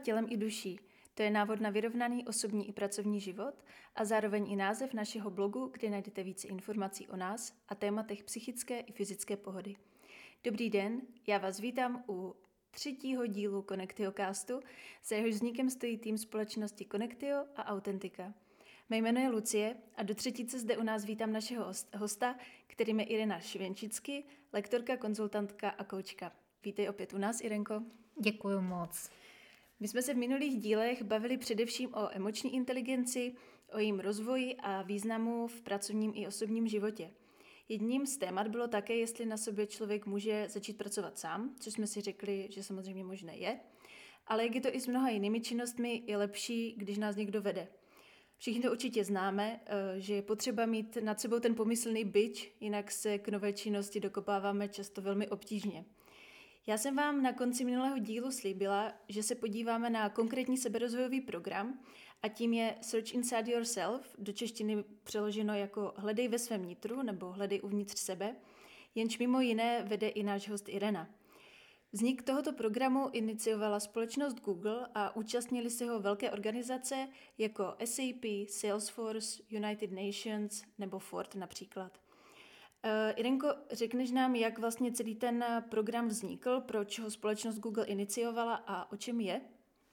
tělem i duší. To je návod na vyrovnaný osobní i pracovní život a zároveň i název našeho blogu, kde najdete více informací o nás a tématech psychické i fyzické pohody. Dobrý den, já vás vítám u 3. dílu Connectiocastu, za jehož vznikem stojí tým společnosti Connectio a Autentika. Mé jméno je Lucie a do třetice zde u nás vítám našeho hosta, kterým je Irena Švenčicky, lektorka, konzultantka a koučka. Vítej opět u nás, Irenko. Děkuju moc. My jsme se v minulých dílech bavili především o emoční inteligenci, o jejím rozvoji a významu v pracovním i osobním životě. Jedním z témat bylo také, jestli na sobě člověk může začít pracovat sám, což jsme si řekli, že samozřejmě možné je, ale jak je to i s mnoha jinými činnostmi, je lepší, když nás někdo vede. Všichni to určitě známe, že je potřeba mít nad sebou ten pomyslný bič, jinak se k nové činnosti dokopáváme často velmi obtížně. Já jsem vám na konci minulého dílu slíbila, že se podíváme na konkrétní seberozvojový program a tím je Search Inside Yourself, do češtiny přeloženo jako Hledej ve svém nitru nebo Hledej uvnitř sebe, jenž mimo jiné vede i náš host Irena. Vznik tohoto programu iniciovala společnost Google a účastnili se ho velké organizace jako SAP, Salesforce, United Nations nebo Ford například. Irenko, řekneš nám, jak vlastně celý ten program vznikl, proč ho společnost Google iniciovala a o čem je?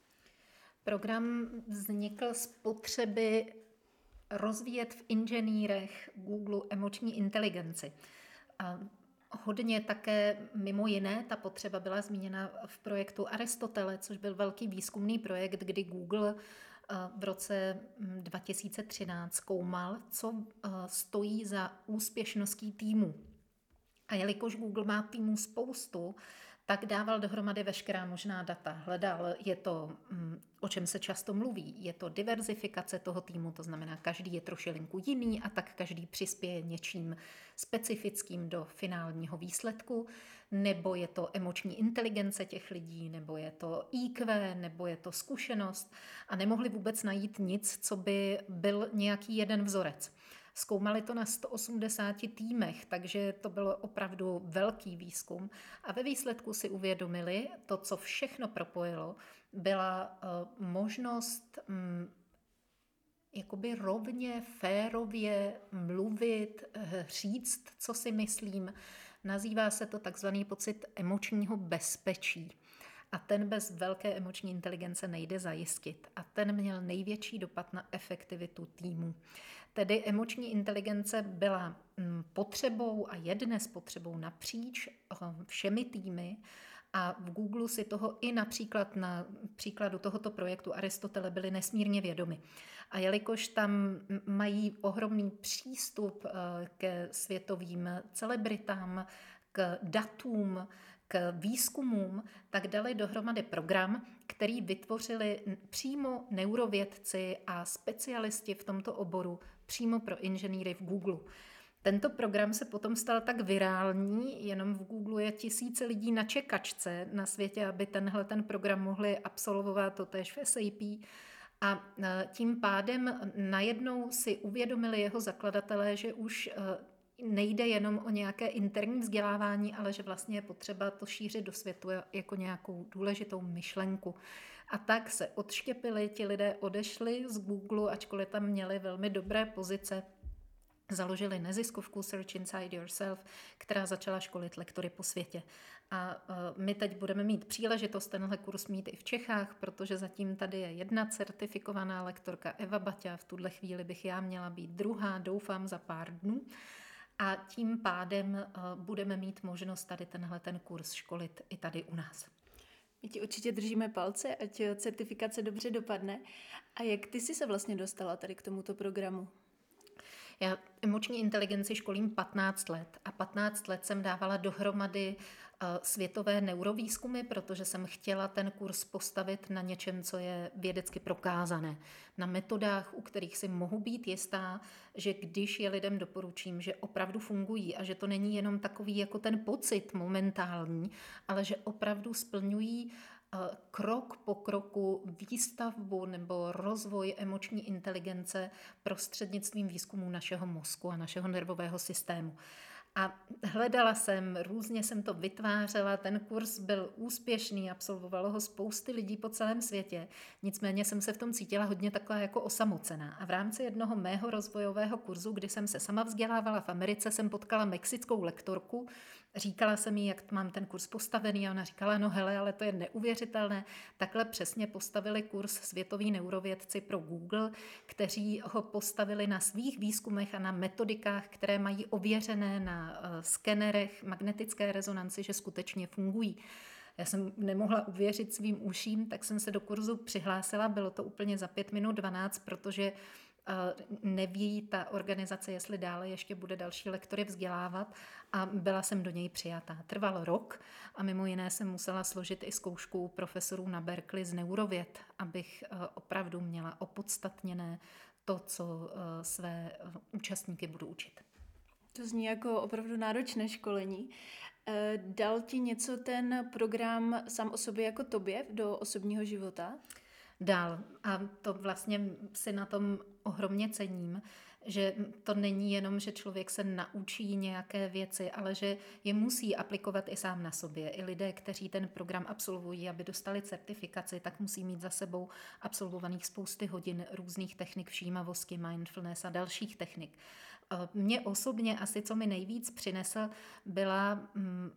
Program vznikl z potřeby rozvíjet v inženýrech Google emoční inteligenci. A hodně také mimo jiné ta potřeba byla zmíněna v projektu Aristotele, což byl velký výzkumný projekt, kdy Google v roce 2013 zkoumal, co stojí za úspěšností týmu. A jelikož Google má týmů spoustu, tak dával dohromady veškerá možná data. Hledal, je to, o čem se často mluví, je to diverzifikace toho týmu, to znamená, každý je trošilinku jiný a tak každý přispěje něčím specifickým do finálního výsledku, nebo je to emoční inteligence těch lidí, nebo je to IQ, nebo je to zkušenost a nemohli vůbec najít nic, co by byl nějaký jeden vzorec. Zkoumali to na 180 týmech, takže to bylo opravdu velký výzkum a ve výsledku si uvědomili, to, co všechno propojilo, byla možnost jakoby rovně, férově mluvit, říct, co si myslím. Nazývá se to takzvaný pocit emočního bezpečí. A ten bez velké emoční inteligence nejde zajistit. A ten měl největší dopad na efektivitu týmu. Tedy emoční inteligence byla potřebou a je dnes potřebou napříč všemi týmy. A v Google si toho i například na příkladu tohoto projektu Aristotele byli nesmírně vědomi. A jelikož tam mají ohromný přístup ke světovým celebritám, k datům, k výzkumům, tak dali dohromady program, který vytvořili přímo neurovědci a specialisti v tomto oboru přímo pro inženýry v Google. Tento program se potom stal tak virální, jenom v Google je tisíce lidí na čekačce na světě, aby ten program mohli absolvovat, totéž v SAP. A tím pádem najednou si uvědomili jeho zakladatelé, že už nejde jenom o nějaké interní vzdělávání, ale že vlastně je potřeba to šířit do světu jako nějakou důležitou myšlenku. A tak se odštěpili, ti lidé odešli z Google, ačkoliv tam měli velmi dobré pozice, založili neziskovku Search Inside Yourself, která začala školit lektory po světě. A my teď budeme mít příležitost tenhle kurz mít i v Čechách, protože zatím tady je jedna certifikovaná lektorka Eva Baťa, v tuhle chvíli bych já měla být druhá, doufám za pár dnů. A tím pádem budeme mít možnost tady ten kurz školit i tady u nás. My ti určitě držíme palce, ať certifikace dobře dopadne. A jak ty jsi se vlastně dostala tady k tomuto programu? Já emoční inteligenci školím 15 let a 15 let jsem dávala dohromady světové neurovýzkumy, protože jsem chtěla ten kurz postavit na něčem, co je vědecky prokázané. Na metodách, u kterých si mohu být jistá, že když je lidem doporučím, že opravdu fungují a že to není jenom takový jako ten pocit momentální, ale že opravdu splňují krok po kroku výstavbu nebo rozvoj emoční inteligence prostřednictvím výzkumu našeho mozku a našeho nervového systému. A hledala jsem, různě jsem to vytvářela, ten kurz byl úspěšný, absolvovalo ho spousty lidí po celém světě, nicméně jsem se v tom cítila hodně taková jako osamocená. A v rámci jednoho mého rozvojového kurzu, kdy jsem se sama vzdělávala v Americe, jsem potkala mexickou lektorku, říkala jsem jí, jak mám ten kurz postavený a ona říkala, no hele, ale to je neuvěřitelné. Takhle přesně postavili kurz světoví neurovědci pro Google, kteří ho postavili na svých výzkumech a na metodikách, které mají ověřené na skenerech magnetické rezonanci, že skutečně fungují. Já jsem nemohla uvěřit svým uším, tak jsem se do kurzu přihlásila, bylo to úplně za 5 minut 12, protože neví ta organizace, jestli dále ještě bude další lektory vzdělávat a byla jsem do něj přijatá. Trval rok a mimo jiné jsem musela složit i zkoušku profesorů na Berkeley z neurověd, abych opravdu měla opodstatněné to, co své účastníky budu učit. To zní jako opravdu náročné školení. Dal ti něco ten program sám o sobě jako tobě do osobního života? Dál. A to vlastně si na tom ohromně cením, že to není jenom, že člověk se naučí nějaké věci, ale že je musí aplikovat i sám na sobě. I lidé, kteří ten program absolvují, aby dostali certifikaci, tak musí mít za sebou absolvovaných spousty hodin různých technik všímavosti, mindfulness a dalších technik. Mně osobně asi, co mi nejvíc přinesl, byla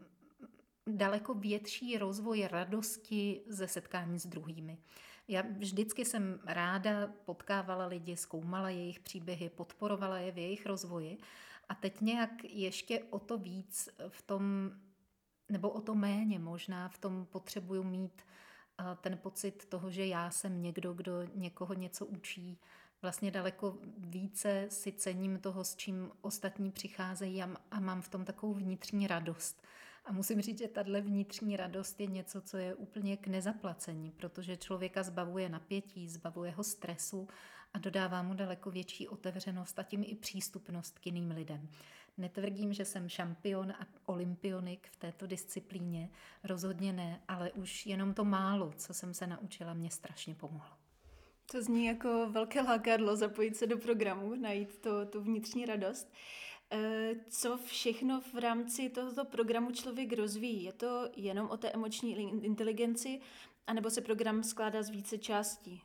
daleko větší rozvoj radosti ze setkání s druhými. Já vždycky jsem ráda potkávala lidi, zkoumala jejich příběhy, podporovala je v jejich rozvoji a teď nějak ještě o to víc v tom, nebo o to méně možná v tom potřebuju mít ten pocit toho, že já jsem někdo, kdo někoho něco učí. Vlastně daleko více si cením toho, s čím ostatní přicházejí a mám v tom takovou vnitřní radost. A musím říct, že tahle vnitřní radost je něco, co je úplně k nezaplacení, protože člověka zbavuje napětí, zbavuje ho stresu a dodává mu daleko větší otevřenost a tím i přístupnost k jiným lidem. Netvrdím, že jsem šampion a olympionik v této disciplíně, rozhodně ne, ale už jenom to málo, co jsem se naučila, mě strašně pomohlo. To zní jako velké lákadlo zapojit se do programu, najít tu vnitřní radost. Co všechno v rámci tohoto programu člověk rozvíjí? Je to jenom o té emoční inteligenci, anebo se program skládá z více částí?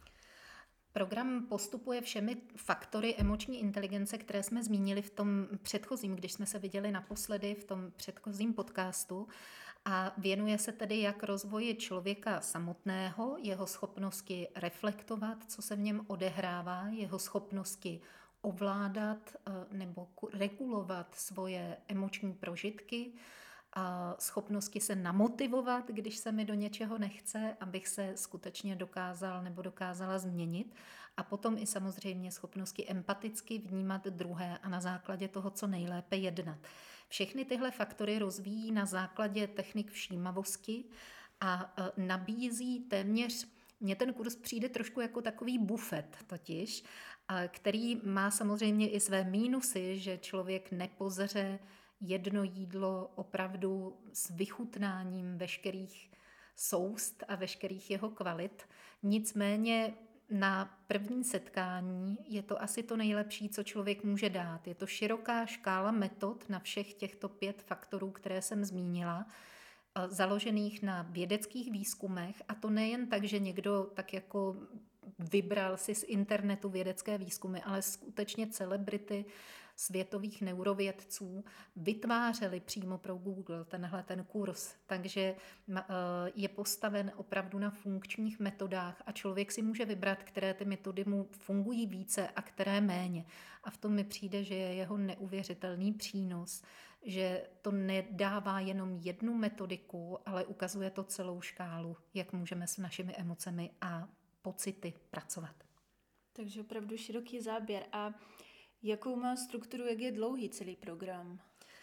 Program postupuje všemi faktory emoční inteligence, které jsme zmínili v tom předchozím, když jsme se viděli naposledy v tom předchozím podcastu. A věnuje se tedy jak rozvoji člověka samotného, jeho schopnosti reflektovat, co se v něm odehrává, jeho schopnosti ovládat nebo regulovat svoje emoční prožitky, a schopnosti se namotivovat, když se mi do něčeho nechce, abych se skutečně dokázal nebo dokázala změnit. A potom i samozřejmě schopnosti empaticky vnímat druhé a na základě toho, co nejlépe jednat. Všechny tyhle faktory rozvíjí na základě technik všímavosti a nabízí téměř, mně ten kurz přijde trošku jako takový bufet totiž, který má samozřejmě i své mínusy, že člověk nepozře jedno jídlo opravdu s vychutnáním veškerých soust a veškerých jeho kvalit. Nicméně na první setkání je to asi to nejlepší, co člověk může dát. Je to široká škála metod na všech těchto 5 faktorů, které jsem zmínila, založených na vědeckých výzkumech, a to nejen tak, že někdo tak jako vybral si z internetu vědecké výzkumy, ale skutečně celebrity světových neurovědců vytvářeli přímo pro Google ten kurz. Takže je postaven opravdu na funkčních metodách a člověk si může vybrat, které ty metody mu fungují více a které méně. A v tom mi přijde, že je jeho neuvěřitelný přínos, že to nedává jenom jednu metodiku, ale ukazuje to celou škálu, jak můžeme s našimi emocemi a pocity pracovat. Takže opravdu široký záběr. A jakou má strukturu, jak je dlouhý celý program?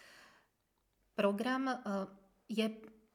Program je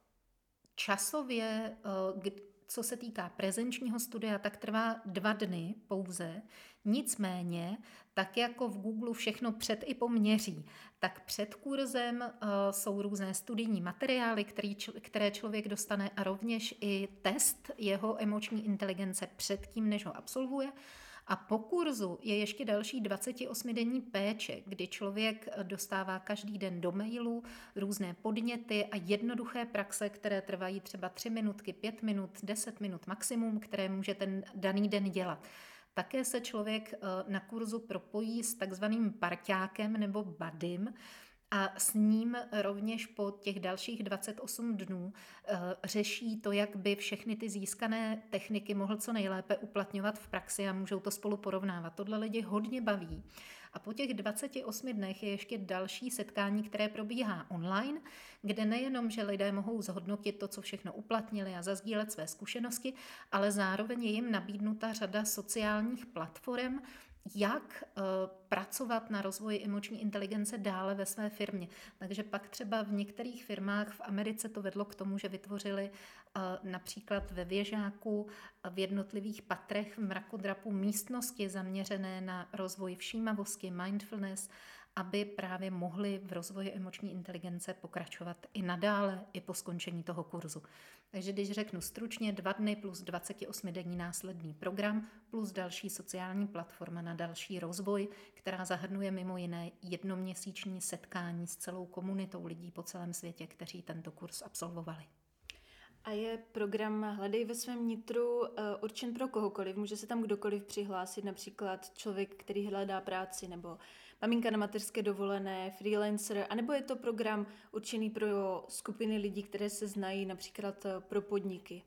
časově, co se týká prezenčního studia, tak trvá 2 dny pouze. Nicméně, tak jako v Google všechno před i po měří, tak před kurzem jsou různé studijní materiály, které člověk dostane, a rovněž i test jeho emoční inteligence předtím, než ho absolvuje. A po kurzu je ještě další 28denní péče, kdy člověk dostává každý den do mailu různé podněty a jednoduché praxe, které trvají třeba 3 minutky, 5 minut, 10 minut maximum, které může ten daný den dělat. Také se člověk na kurzu propojí s takzvaným parťákem nebo buddim, a s ním rovněž po těch dalších 28 dnů řeší to, jak by všechny ty získané techniky mohl co nejlépe uplatňovat v praxi a můžou to spolu porovnávat. Tohle lidi hodně baví. A po těch 28 dnech je ještě další setkání, které probíhá online, kde nejenom, že lidé mohou zhodnotit to, co všechno uplatnili a zazdílet své zkušenosti, ale zároveň je jim nabídnuta řada sociálních platform, jak pracovat na rozvoji emoční inteligence dále ve své firmě. Takže pak třeba v některých firmách v Americe to vedlo k tomu, že vytvořili například ve věžáku v jednotlivých patrech v mrakodrapu místnosti zaměřené na rozvoj všímavosti, mindfulness, aby právě mohli v rozvoji emoční inteligence pokračovat i nadále, i po skončení toho kurzu. Takže když řeknu stručně, 2 dny plus 28denní následný program plus další sociální platforma na další rozvoj, která zahrnuje mimo jiné jednoměsíční setkání s celou komunitou lidí po celém světě, kteří tento kurz absolvovali. A je program Hledej ve svém nitru určen pro kohokoliv? Může se tam kdokoliv přihlásit, například člověk, který hledá práci, nebo maminka na mateřské dovolené, freelancer, anebo je to program určený pro skupiny lidí, které se znají, například pro podniky?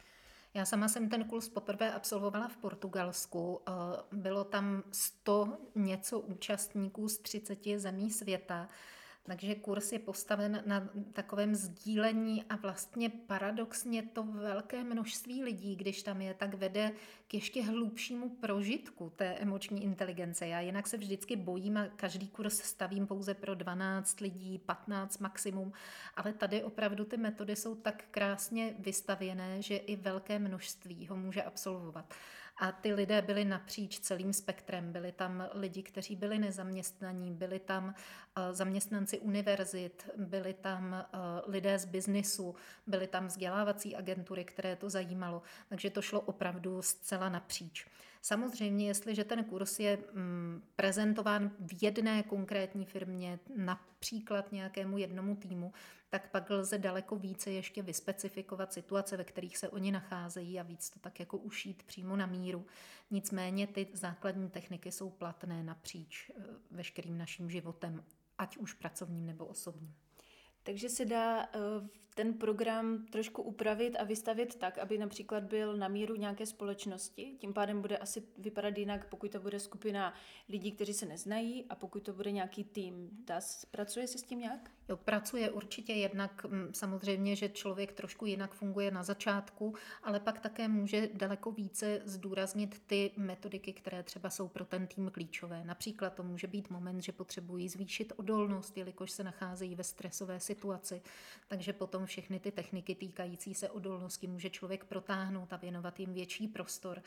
Já sama jsem ten kurz poprvé absolvovala v Portugalsku. Bylo tam 100 něco účastníků z 30 zemí světa. Takže kurz je postaven na takovém sdílení a vlastně paradoxně to velké množství lidí, když tam je, tak vede k ještě hlubšímu prožitku té emoční inteligence. Já jinak se vždycky bojím a každý kurz stavím pouze pro 12 lidí, 15 maximum, ale tady opravdu ty metody jsou tak krásně vystavěné, že i velké množství ho může absolvovat. A ty lidé byli napříč celým spektrem. Byli tam lidi, kteří byli nezaměstnaní, byli tam zaměstnanci univerzit, byli tam lidé z biznisu, byly tam vzdělávací agentury, které to zajímalo. Takže to šlo opravdu zcela napříč. Samozřejmě, jestliže ten kurz je prezentován v jedné konkrétní firmě, například nějakému jednomu týmu, tak pak lze daleko více ještě vyspecifikovat situace, ve kterých se oni nacházejí a víc to tak jako ušít přímo na míru. Nicméně ty základní techniky jsou platné napříč veškerým naším životem, ať už pracovním nebo osobním. Takže se dá ten program trošku upravit a vystavit tak, aby například byl na míru nějaké společnosti. Tím pádem bude asi vypadat jinak, pokud to bude skupina lidí, kteří se neznají, a pokud to bude nějaký tým. Pracuje se s tím nějak? Jo, pracuje určitě jednak samozřejmě, že člověk trošku jinak funguje na začátku, ale pak také může daleko více zdůraznit ty metodiky, které třeba jsou pro ten tým klíčové. Například to může být moment, že potřebují zvýšit odolnost, jelikož se nacházejí ve stresové situaci, takže potom všechny ty techniky týkající se odolnosti může člověk protáhnout a věnovat jim větší prostor.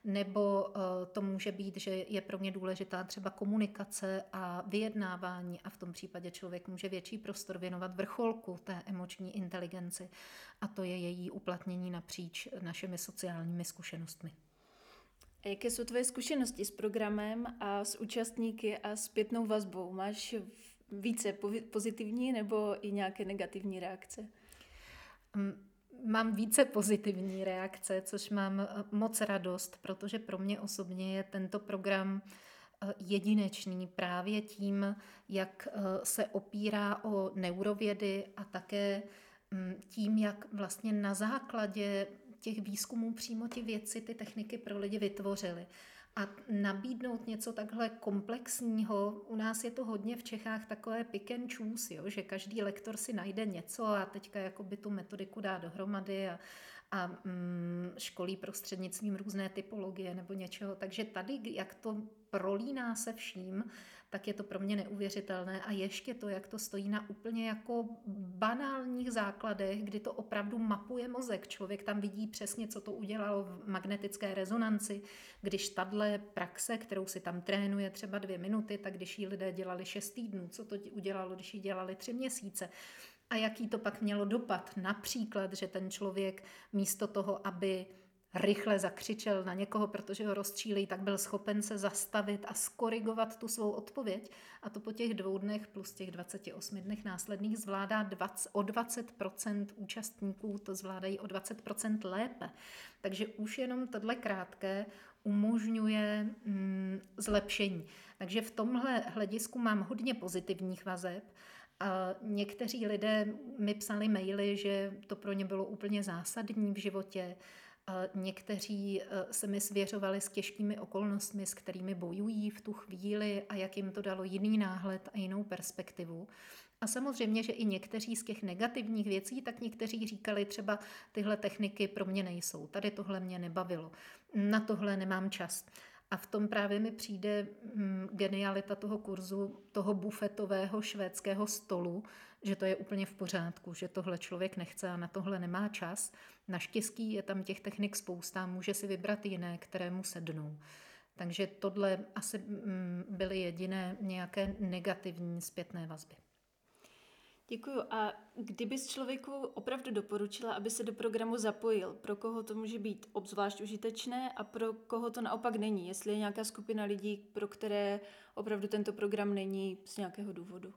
Nebo to může být, že je pro mě důležitá třeba komunikace a vyjednávání a v tom případě člověk může větší prostor věnovat vrcholku té emoční inteligenci a to je její uplatnění napříč našimi sociálními zkušenostmi. A jaké jsou tvoje zkušenosti s programem a s účastníky a zpětnou vazbou? Máš více pozitivní nebo i nějaké negativní reakce? Mám více pozitivní reakce, což mám moc radost, protože pro mě osobně je tento program jedinečný právě tím, jak se opírá o neurovědy a také tím, jak vlastně na základě těch výzkumů přímo ti vědci ty techniky pro lidi vytvořili. A nabídnout něco takhle komplexního, u nás je to hodně v Čechách takové pick and choose, jo, že každý lektor si najde něco a teďka jakoby tu metodiku dá dohromady a školí prostřednictvím různé typologie nebo něčeho. Takže tady, jak to prolíná se vším, tak je to pro mě neuvěřitelné a ještě to, jak to stojí na úplně jako banálních základech, kdy to opravdu mapuje mozek. Člověk tam vidí přesně, co to udělalo v magnetické rezonanci, když tahle praxe, kterou si tam trénuje třeba 2 minuty, tak když ji lidé dělali 6 týdnů, co to udělalo, když ji dělali 3 měsíce. A jaký to pak mělo dopad? Například, že ten člověk místo toho, aby rychle zakřičel na někoho, protože ho rozčílí, tak byl schopen se zastavit a skorigovat tu svou odpověď. A to po těch 2 dnech plus těch 28 dnech následných zvládá o 20% účastníků, to zvládají o 20% lépe. Takže už jenom tohle krátké umožňuje zlepšení. Takže v tomhle hledisku mám hodně pozitivních vazeb. A někteří lidé mi psali maily, že to pro ně bylo úplně zásadní v životě. A někteří se mi svěřovali s těžkými okolnostmi, s kterými bojují v tu chvíli a jak jim to dalo jiný náhled a jinou perspektivu. A samozřejmě, že i někteří z těch negativních věcí, tak někteří říkali třeba tyhle techniky pro mě nejsou, tady tohle mě nebavilo, na tohle nemám čas. A v tom právě mi přijde genialita toho kurzu, toho bufetového švédského stolu, že to je úplně v pořádku, že tohle člověk nechce a na tohle nemá čas. Naštěstí je tam těch technik spousta, může si vybrat jiné, které mu sednou. Takže tohle asi byly jediné nějaké negativní zpětné vazby. Děkuju. A kdybys člověku opravdu doporučila, aby se do programu zapojil, pro koho to může být obzvlášť užitečné a pro koho to naopak není? Jestli je nějaká skupina lidí, pro které opravdu tento program není z nějakého důvodu?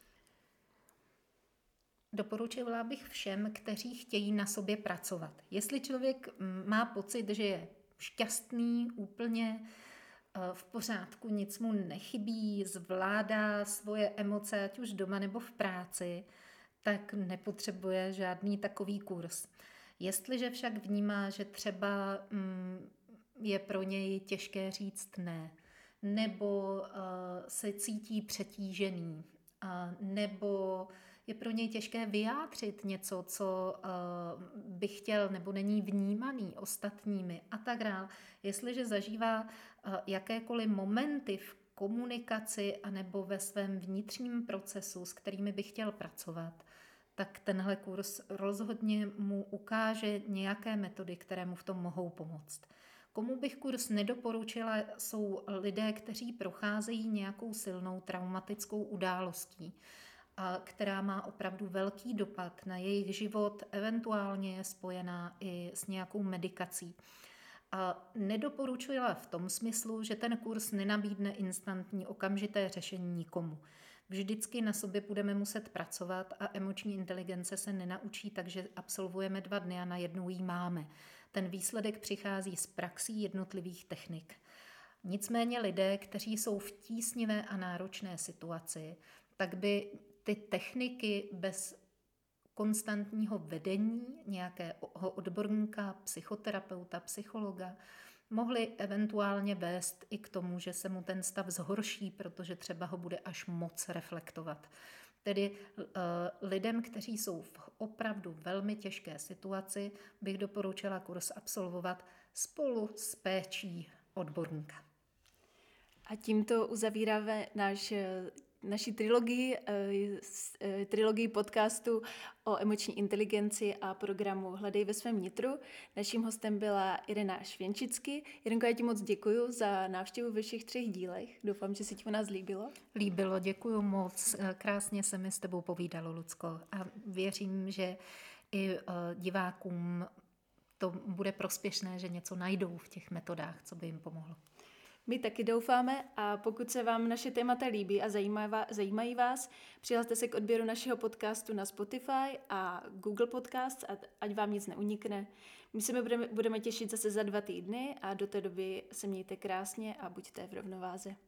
Doporučila bych všem, kteří chtějí na sobě pracovat. Jestli člověk má pocit, že je šťastný, úplně v pořádku, nic mu nechybí, zvládá svoje emoce, ať už doma nebo v práci, tak nepotřebuje žádný takový kurz. Jestliže však vnímá, že třeba je pro něj těžké říct ne, nebo se cítí přetížený, nebo je pro něj těžké vyjádřit něco, co by chtěl, nebo není vnímaný ostatními a tak dále. Jestliže zažívá jakékoliv momenty v komunikaci anebo ve svém vnitřním procesu, s kterými by chtěl pracovat, tak tenhle kurz rozhodně mu ukáže nějaké metody, které mu v tom mohou pomoct. Komu bych kurz nedoporučila, jsou lidé, kteří procházejí nějakou silnou traumatickou událostí, která má opravdu velký dopad na jejich život, eventuálně je spojená i s nějakou medikací. A nedoporučila v tom smyslu, že ten kurz nenabídne instantní okamžité řešení nikomu. Vždycky na sobě budeme muset pracovat a emoční inteligence se nenaučí, takže absolvujeme 2 dny a najednou ji máme. Ten výsledek přichází z praxí jednotlivých technik. Nicméně lidé, kteří jsou v tísnivé a náročné situaci, tak by ty techniky bez konstantního vedení nějakého odborníka, psychoterapeuta, psychologa, mohly eventuálně vést i k tomu, že se mu ten stav zhorší, protože třeba ho bude až moc reflektovat. Tedy lidem, kteří jsou v opravdu velmi těžké situaci, bych doporučila kurz absolvovat spolu s péčí odborníka. A tímto uzavíráme naši trilogii podcastu o emoční inteligenci a programu Hledej ve svém nitru. Naším hostem byla Irena Švěnčicky. Irenko, já ti moc děkuju za návštěvu ve všech 3 dílech. Doufám, že se ti u nás líbilo. Líbilo, děkuju moc. Krásně se mi s tebou povídalo, Lucko. A věřím, že i divákům to bude prospěšné, že něco najdou v těch metodách, co by jim pomohlo. My taky doufáme a pokud se vám naše témata líbí a zajímají vás, přihlaste se k odběru našeho podcastu na Spotify a Google Podcasts, ať vám nic neunikne. My se budeme těšit zase za 2 týdny a do té doby se mějte krásně a buďte v rovnováze.